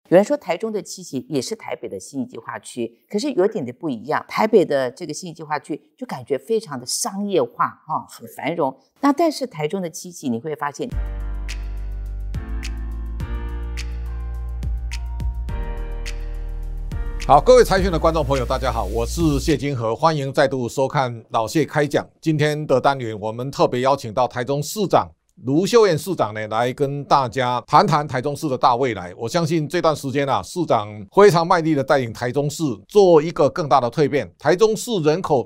有人说台中的七期也是台北的信义计划区，可是有点的不一样。台北的这个信义计划区就感觉非常的商业化，很繁荣。那但是台中的七期你会发现。 好，各位财讯的观众朋友，大家好，我是谢金河，欢迎再度收看老谢开讲。今天的单元，我们特别邀请到台中市长卢秀燕市长呢，来跟大家谈谈台中市的大未来。我相信这段时间啊，市长非常卖力的带领台中市做一个更大的蜕变。台中市人口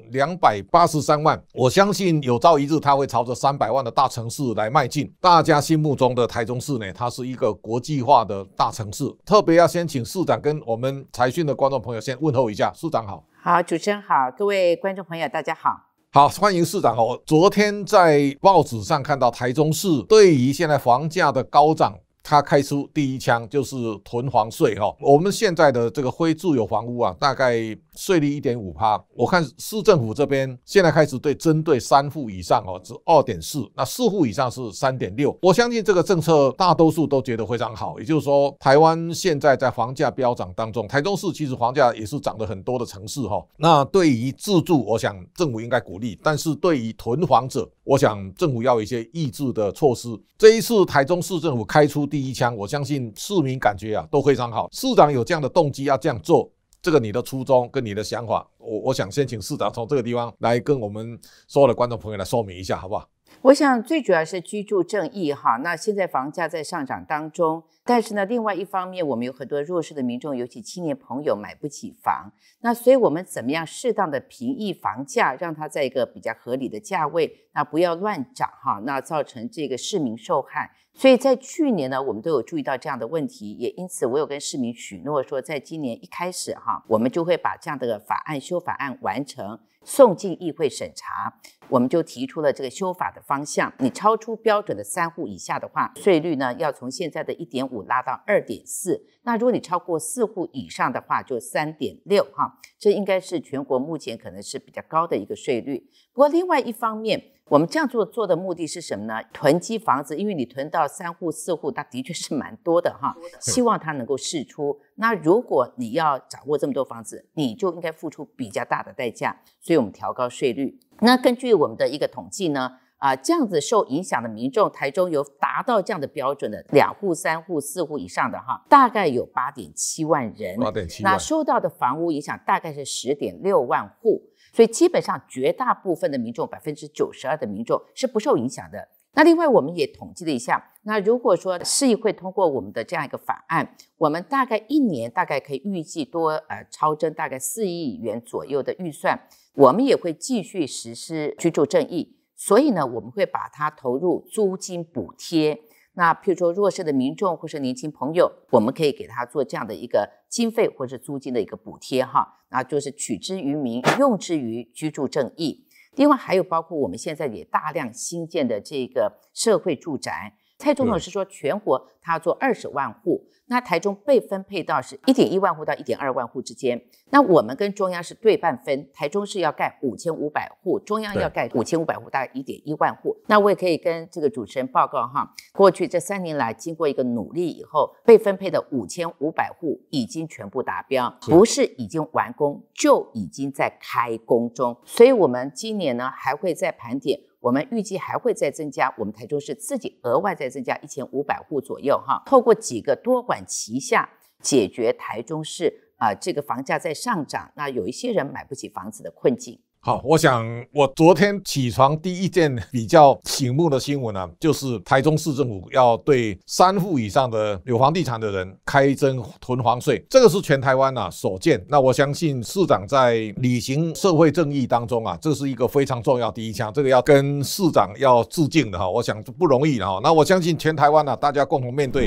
283万，我相信有朝一日它会朝着300万的大城市来迈进。大家心目中的台中市呢，它是一个国际化的大城市。特别要先请市长跟我们财讯的观众朋友先问候一下，市长好。 好，主持人好，各位观众朋友大家好。 好，欢迎市长哦。昨天在报纸上看到台中市对于现在房价的高涨，他开出第一枪，就是囤房税哈。我们现在的这个非自有房屋啊，大概税率 1.5%， 我看市政府这边现在开始针对3户以上是 2.4%， 那4户以上是 3.6%。我相信这个政策大多数都觉得非常好，也就是说台湾现在在房价飙涨当中，台中市其实房价也是涨得很多的城市哈。那对于自住，我想政府应该鼓励，但是对于囤房者，我想政府要有一些抑制的措施。这一次台中市政府开出第一枪，我相信市民感觉啊都非常好。市长有这样的动机要这样做，这个你的初衷跟你的想法，我想先请市长从这个地方来跟我们所有的观众朋友来说明一下，好不好？ 我想最主要是居住正义哈。那现在房价在上涨当中，但是呢，另外一方面，我们有很多弱势的民众，尤其青年朋友买不起房。那所以我们怎么样适当的平抑房价，让它在一个比较合理的价位，那不要乱涨哈，那造成这个市民受害。所以在去年呢，我们都有注意到这样的问题，也因此我有跟市民许诺说，在今年一开始哈，我们就会把这样的修法案完成，送进议会审查。我们就提出了这个修法的方向，你超出标准的3户以下的话，税率呢要从现在的 1.5 拉到 2.4， 那如果你超过4户以上的话就 3.6 哈，这应该是全国目前可能是比较高的一个税率。不过另外一方面，我们这样做的目的是什么呢？囤积房子，因为你囤到3户4户，它的确是蛮多的哈，希望它能够释出。那如果你要掌握这么多房子，你就应该付出比较大的代价，所以我们调高税率。那根据我们的一个统计呢，这样子受影响的民众，台中有达到这样的标准的2户、3户、4户以上的哈，大概有 8.7 万人。8.7万。那受到的房屋影响大概是 10.6 万户。所以基本上绝大部分的民众 92% 的民众是不受影响的。那另外我们也统计了一下，那如果说市议会通过我们的这样一个法案，我们大概1年大概可以预计多超增大概4亿元左右的预算，我们也会继续实施居住正义，所以呢我们会把它投入租金补贴。那譬如说弱势的民众或是年轻朋友，我们可以给他做这样的一个经费或是租金的一个补贴哈，那就是取之于民，用之于居住正义。另外还有包括我们现在也大量新建的这个社会住宅，蔡总统是说全国他要做20万户，那台中被分配到是 1.1 万户到 1.2 万户之间。那我们跟中央是对半分，台中市要盖5500户，中央要盖5500户，大概 1.1 万户。那我也可以跟这个主持人报告哈，过去这3年来经过一个努力以后，被分配的5500户已经全部达标，不是已经完工，就已经在开工中。所以我们今年呢还会再盘点，我们预计还会再增加，我们台中市自己额外再增加1500户左右哈，透过几个多管齐下，解决台中市这个房价在上涨，那有一些人买不起房子的困境。 好，我想我昨天起床第一件比较醒目的新闻啊，就是台中市政府要对3户以上的有房地产的人开征囤房税，这个是全台湾首见。那我相信市长在履行社会正义当中这是一个非常重要的第一枪，这个要跟市长要致敬的我想不容易那我相信全台湾大家共同面对。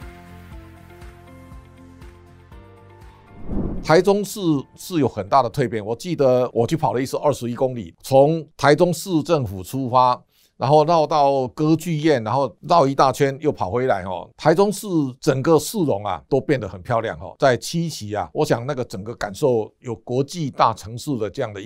台中市是有很大的蜕变，我记得我去跑了一次21公里，从台中市政府出发，然后绕到歌剧院，然后绕一大圈又跑回来台中市整个市容都变得很漂亮在七期我想那个整个感受有国际大城市的这样的一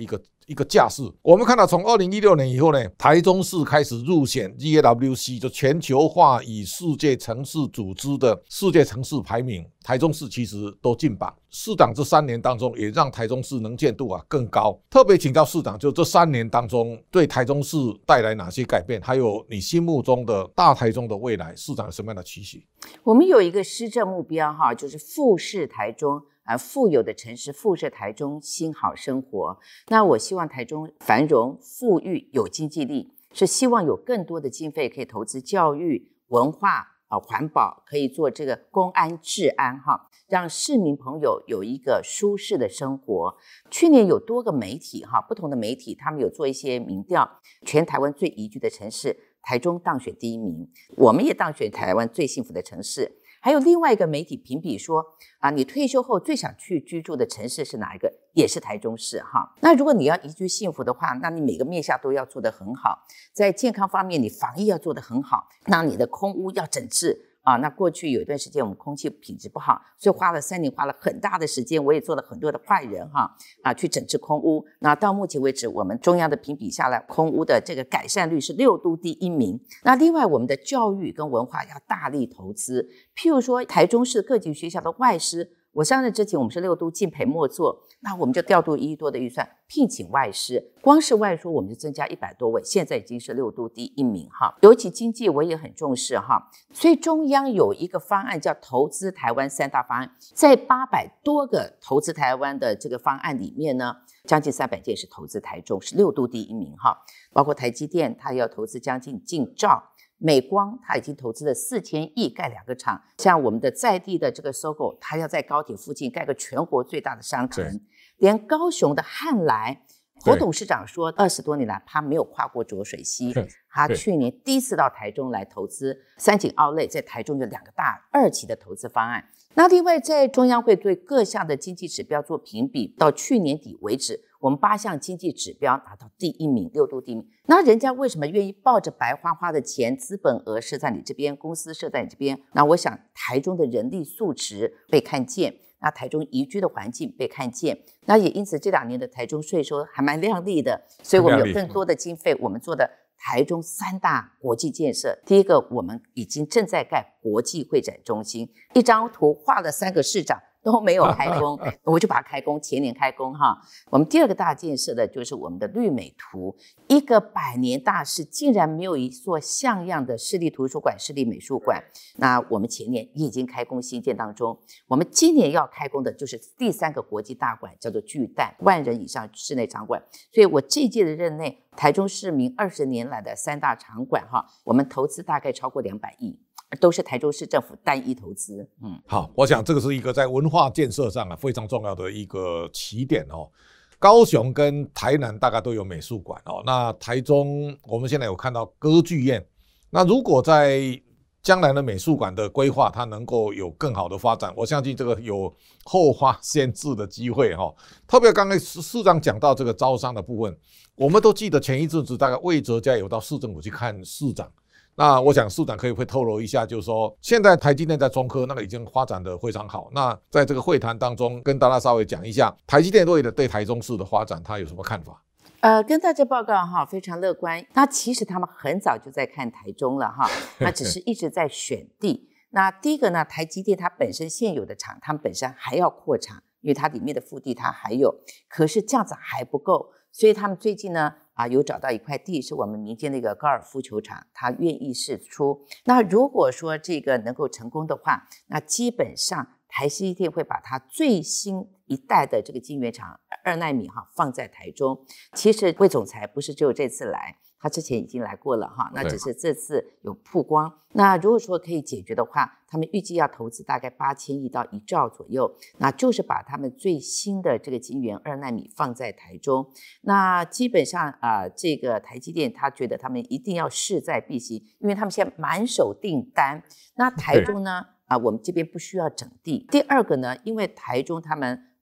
一个架势。我们看到从2016年以后呢，台中市开始入选 GAWC 就全球化与世界城市组织的世界城市排名，台中市其实都进榜。市长这3年当中也让台中市能见度更高。特别请教市长，就这3年当中对台中市带来哪些改变，还有你心目中的大台中的未来，市长有什么样的期许？ 我们有一个施政目标就是富士台中，富有的城市，富士台中新好生活。那我希望台中繁荣富裕有经济力，是希望有更多的经费可以投资教育文化环保，可以做这个公安治安让市民朋友有一个舒适的生活。去年有多个媒体不同的媒体他们有做一些民调，全台湾最宜居的城市台中当选第1名，我们也当选台湾最幸福的城市。还有另外一个媒体评比说你退休后最想去居住的城市是哪一个，也是台中市那如果你要宜居幸福的话，那你每个面向都要做得很好。在健康方面，你防疫要做得很好，那你的空污要整治那过去有一段时间我们空气品质不好，所以花了3年，花了很大的时间，我也做了很多的坏人去整治空污。那到目前为止，我们中央的评比下来，空污的这个改善率是6都第1名。那另外我们的教育跟文化要大力投资，譬如说台中市各级学校的外师，我上任之前我们是6都敬陪末座，那我们就调度1亿多的预算聘请外师，光是外书我们就增加100多位，现在已经是6都第1名尤其经济我也很重视所以中央有一个方案叫投资台湾3大方案，在800多个投资台湾的这个方案里面呢，将近300件是投资台中，是6都第1名包括台积电它要投资将近兆，美光它已经投资了4000亿盖2个厂，像我们的在地的这个 SOGO， 它要在高铁附近盖个全国最大的商城，连高雄的汉来侯董事长说20多年来他没有跨过浊水溪，他去年第一次到台中来投资三井奥莱，在台中有2个大2期的投资方案。那另外在中央会对各项的经济指标做评比，到去年底为止我们8项经济指标拿到第1名，6都第1名。那人家为什么愿意抱着白花花的钱，资本额设在你这边，公司设在你这边？那我想台中的人力素质被看见，那台中宜居的环境被看见，那也因此这2年的台中税收还蛮亮丽的，所以我们有更多的经费，我们做的台中3大国际建设。第一个，我们已经正在盖国际会展中心，一张图画了3个市长都没有开工，我就把它开工，前年开工我们第2个大建设的就是我们的绿美图，一个100年大事竟然没有一座像样的市立图书馆、市立美术馆。那我们前年也已经开工新建当中，我们今年要开工的就是第3个国际大馆，叫做巨蛋，1万人以上室内场馆。所以我这一届的任内，台中市民20年来的3大场馆我们投资大概超过200亿。都是台中市政府单一投资。 好，我想这个是一个在文化建设上非常重要的一个起点高雄跟台南大概都有美术馆那台中我们现在有看到歌剧院，那如果在将来的美术馆的规划它能够有更好的发展，我相信这个有后发先至的机会特别刚才市长讲到这个招商的部分，我们都记得前一阵子大概魏哲家有到市政府去看市长，那我想市长可以会透露一下，就是说现在台积电在中科那个已经发展的非常好，那在这个会谈当中跟大家稍微讲一下台积电对台中市的发展他有什么看法？ 跟大家报告非常乐观。那其实他们很早就在看台中了那只是一直在选地。那第一个呢，台积电它本身现有的厂，他们本身还要扩厂，因为它里面的腹地它还有，可是这样子还不够，所以他们最近呢有找到一块地，是我们民间的一个高尔夫球场，他愿意释出。那如果说这个能够成功的话，那基本上台积电会把它最新一代的这个晶圆厂2奈米放在台中。其实魏总裁不是只有这次来，他之前已经来过了那只是这次有曝光。那如果说可以解决的话，他们预计要投资大概8000亿到1兆左右，那就是把他们最新的这个晶圆2奈米放在台中。那基本上这个台积电他觉得他们一定要势在必行，因为他们现在满手订单。那台中呢我们这边不需要整地。第2个呢，因为台中他们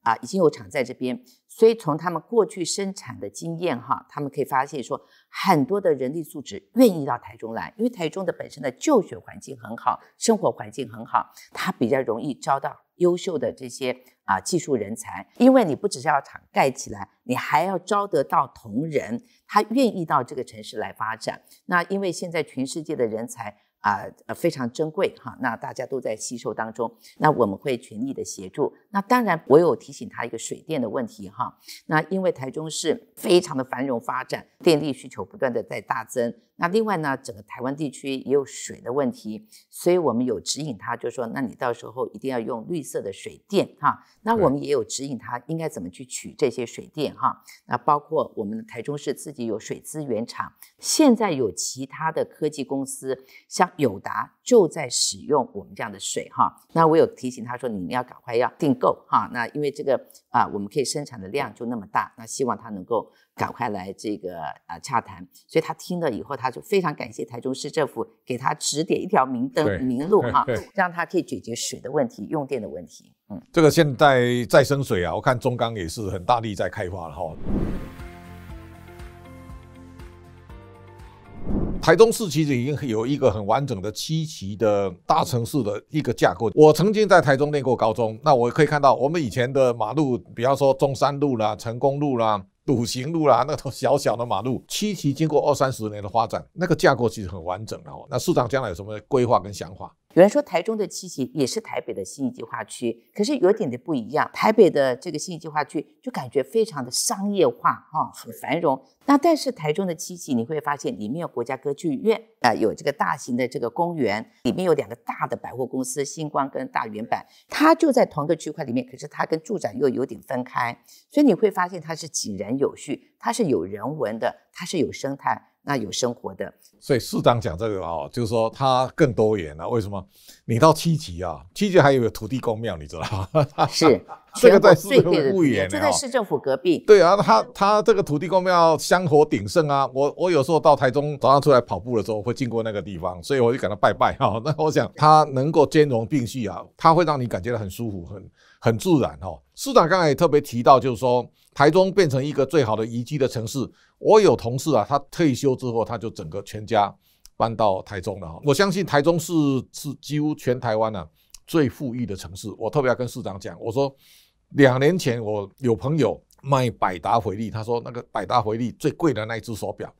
已经有厂在这边，所以从他们过去生产的经验他们可以发现说，很多的人力素质愿意到台中来，因为台中的本身的就学环境很好，生活环境很好，它比较容易招到优秀的这些技术人才。因为你不只是要厂盖起来，你还要招得到同仁，他愿意到这个城市来发展。那因为现在全世界的人才非常珍贵那大家都在吸收当中，那我们会全力的协助。那当然我有提醒他一个水电的问题那因为台中市非常的繁荣发展，电力需求不断的在大增，那另外呢整个台湾地区也有水的问题，所以我们有指引他，就说那你到时候一定要用绿色的水电那我们也有指引他应该怎么去取这些水电那包括我们台中市自己有水资源厂，现在有其他的科技公司像友达就在使用我们这样的水那我有提醒他说你们要赶快要订购那因为这个我们可以生产的量就那么大，那希望他能够赶快来这个洽谈。所以他听了以后，他就非常感谢台中市政府给他指点一条明灯明路让他可以解决水的问题、用电的问题。 这个现在再生水我看中钢也是很大力在开发了台中市其实已经有一个很完整的7期的大城市的一个架构。我曾经在台中念过高中，那我可以看到我们以前的马路，比方说中山路啦、成功路啦、笃行路啦，那种小小的马路，7期经过20-30年的发展，那个架构其实很完整那市长将来有什么规划跟想法？ 有人说台中的7期也是台北的信义计划区，可是有点的不一样。台北的这个信义计划区就感觉非常的商业化很繁荣。那但是台中的7期你会发现里面有国家歌剧院有这个大型的这个公园，里面有2个大的百货公司，星光跟大圆板，它就在同一个区块里面，可是它跟住宅又有点分开，所以你会发现它是井然有序，它是有人文的，它是有生态，那有生活的。 所以市长讲这个就是说它更多元为什么？你到7期7期还有土地公庙，你知道吗？ 是这个在市最贵的不远就在市政府隔壁。 对他这个土地公庙香火鼎盛我有时候到台中早上出来跑步的时候会经过那个地方，所以我就给他拜拜那我想他能够兼容并蓄他会让你感觉到很舒服，很自然市长刚才也特别提到，就是说台中变成一个最好的宜居的城市。我有同事他退休之后他就整个全家搬到台中了我相信台中市是几乎全台湾最富裕的城市。我特别要跟市长讲，我说2年前我有朋友卖百达翡丽，他说那个百达翡丽最贵的那一只手表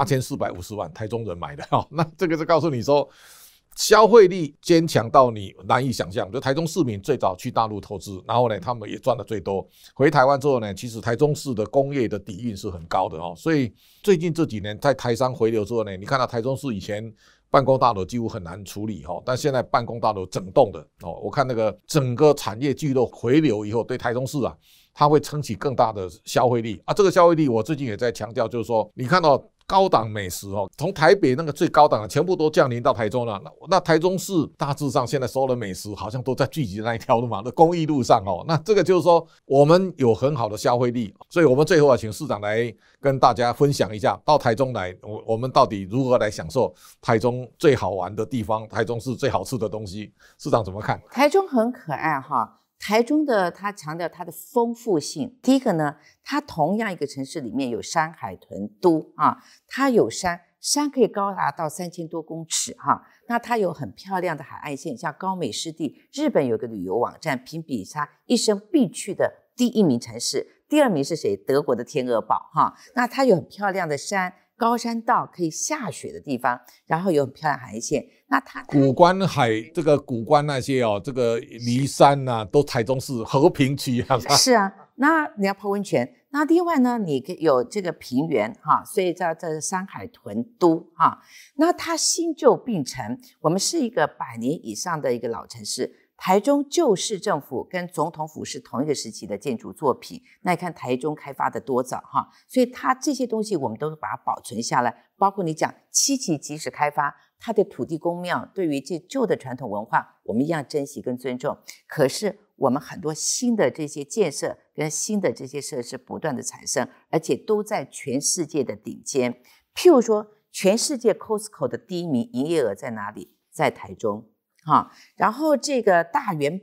8450万，台中人买的那这个是告诉你说消费力坚强到你难以想象。就台中市民最早去大陆投资，然后呢他们也赚的最多，回台湾之后呢，其实台中市的工业的底蕴是很高的所以最近这几年在台商回流之后呢，你看到台中市以前办公大楼几乎很难处理但现在办公大楼整栋的我看那个整个产业聚落回流以后，对台中市它会撑起更大的消费力这个消费力我最近也在强调，就是说你看到高档美食从台北那个最高档的全部都降临到台中了。那台中市大致上现在所有的美食好像都在聚集在那一条路嘛，那公益路上那这个就是说我们有很好的消费力，所以我们最后请市长来跟大家分享一下，到台中来我们到底如何来享受台中最好玩的地方，台中市最好吃的东西，市长怎么看？ 台中很可爱台中的它强调它的丰富性。第一个呢，它同样一个城市里面有山海屯都它有山可以高达到3000多公尺那它有很漂亮的海岸线，像高美湿地，日本有个旅游网站评比它一生必去的第1名城市，第2名是谁？德国的天鹅堡那它有很漂亮的山，高山道可以下雪的地方，然后有很漂亮海岸线。那它古关海这个古关那些这个梨山都台中市和平区是那你要泡温泉，那另外呢你有这个平原所以叫这山海屯都那它新旧并成，我们是一个100年以上的一个老城市。台中旧市政府跟总统府是同一个时期的建筑作品，那你看台中开发的多早所以它这些东西我们都把它保存下来，包括你讲7期即使开发，它的土地公庙对于这旧的传统文化我们一样珍惜跟尊重。可是我们很多新的这些建设跟新的这些设施不断的产生，而且都在全世界的顶尖。譬如说全世界 Costco 的第1名营业额在哪里？在台中然后这个大圆板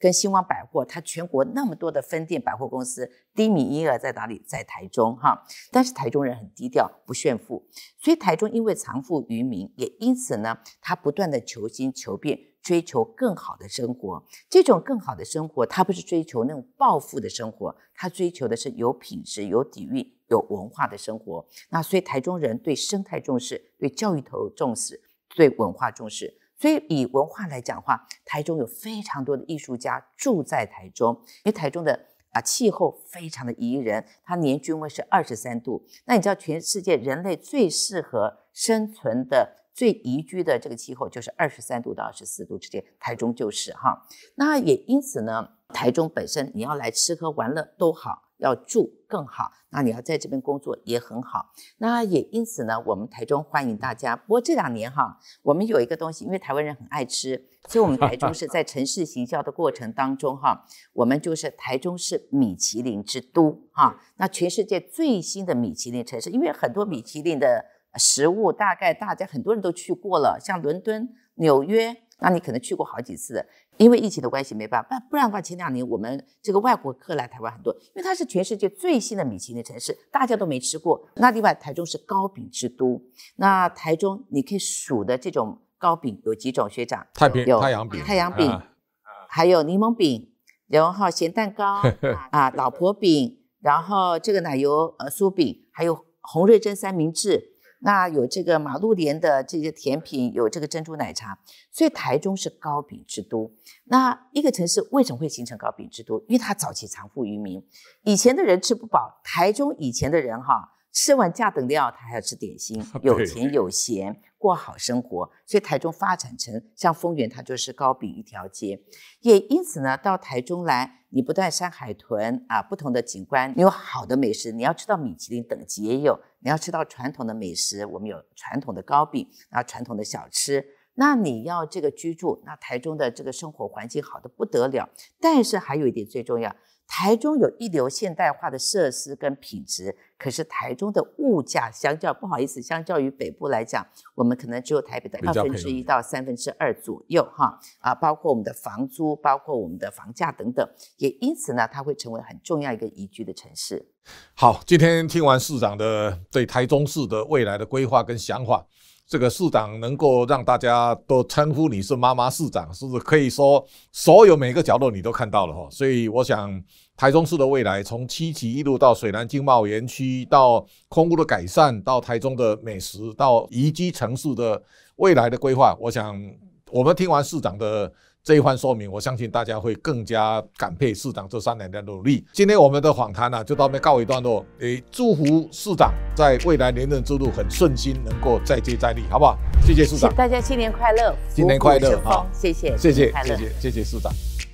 跟兴旺百货，它全国那么多的分店百货公司，第一名营业额在哪里？在台中哈。但是台中人很低调，不炫富，所以台中因为藏富于民，也因此呢，他不断的求新求变，追求更好的生活。这种更好的生活，他不是追求那种暴富的生活，他追求的是有品质、有底蕴、有文化的生活。那所以台中人对生态重视，对教育重视，对文化重视。所以以文化来讲的话，台中有非常多的艺术家住在台中，因为台中的气候非常的宜人，它年均温是23度。那你知道全世界人类最适合生存的、最宜居的这个气候就是23度到24度之间，台中就是哈。那也因此呢，台中本身你要来吃喝玩乐都好，要住更好，那你要在这边工作也很好。那也因此呢，我们台中欢迎大家。不过这2年哈，我们有一个东西，因为台湾人很爱吃，所以我们台中是在城市行销的过程当中哈，我们就是台中是米其林之都哈。那全世界最新的米其林城市，因为很多米其林的食物大概大家很多人都去过了，像伦敦、纽约，那你可能去过好几次了。因为疫情的关系没办法，不然的话前2年我们这个外国客来台湾很多，因为它是全世界最新的米其林城市，大家都没吃过。那另外台中是糕饼之都，那台中你可以数的这种糕饼有几种？学长， 有太阳饼， 还有柠檬饼，然后咸蛋糕老婆饼，然后这个奶油酥饼，还有洪瑞珍三明治。那有这个马路莲的这些甜品，有这个珍珠奶茶，所以台中是糕饼之都。那一个城市为什么会形成糕饼之都？因为它早期藏富于民，以前的人吃不饱，台中以前的人吃完价等料，他还要吃点心，有钱有闲，过好生活。所以台中发展成像丰原，它就是糕饼一条街。也因此呢，到台中来，你不但山海屯不同的景观，你有好的美食，你要吃到米其林等级也有，你要吃到传统的美食，我们有传统的糕饼，传统的小吃。那你要这个居住，那台中的这个生活环境好的不得了。但是还有一点最重要，台中有一流现代化的设施跟品质，可是台中的物价相较于北部来讲，我们可能只有台北的1/2到2/3左右包括我们的房租，包括我们的房价等等，也因此呢，它会成为很重要一个宜居的城市。 好，今天听完市长的对台中市的未来的规划跟想法，这个市长能够让大家都称呼你是妈妈市长，是不是可以说所有每个角落你都看到了所以我想台中市的未来，从七期一路到水南经贸园区，到空污的改善，到台中的美食，到宜居城市的未来的规划，我想我们听完市长的这一番说明，我相信大家会更加感佩市长这3年的努力。今天我们的访谈就到这边告一段落，祝福市长在未来连任之路很顺心，能够再接再厉，好不好？谢谢市长， 大家新年快乐， 新年快乐， 谢谢， 谢谢市长。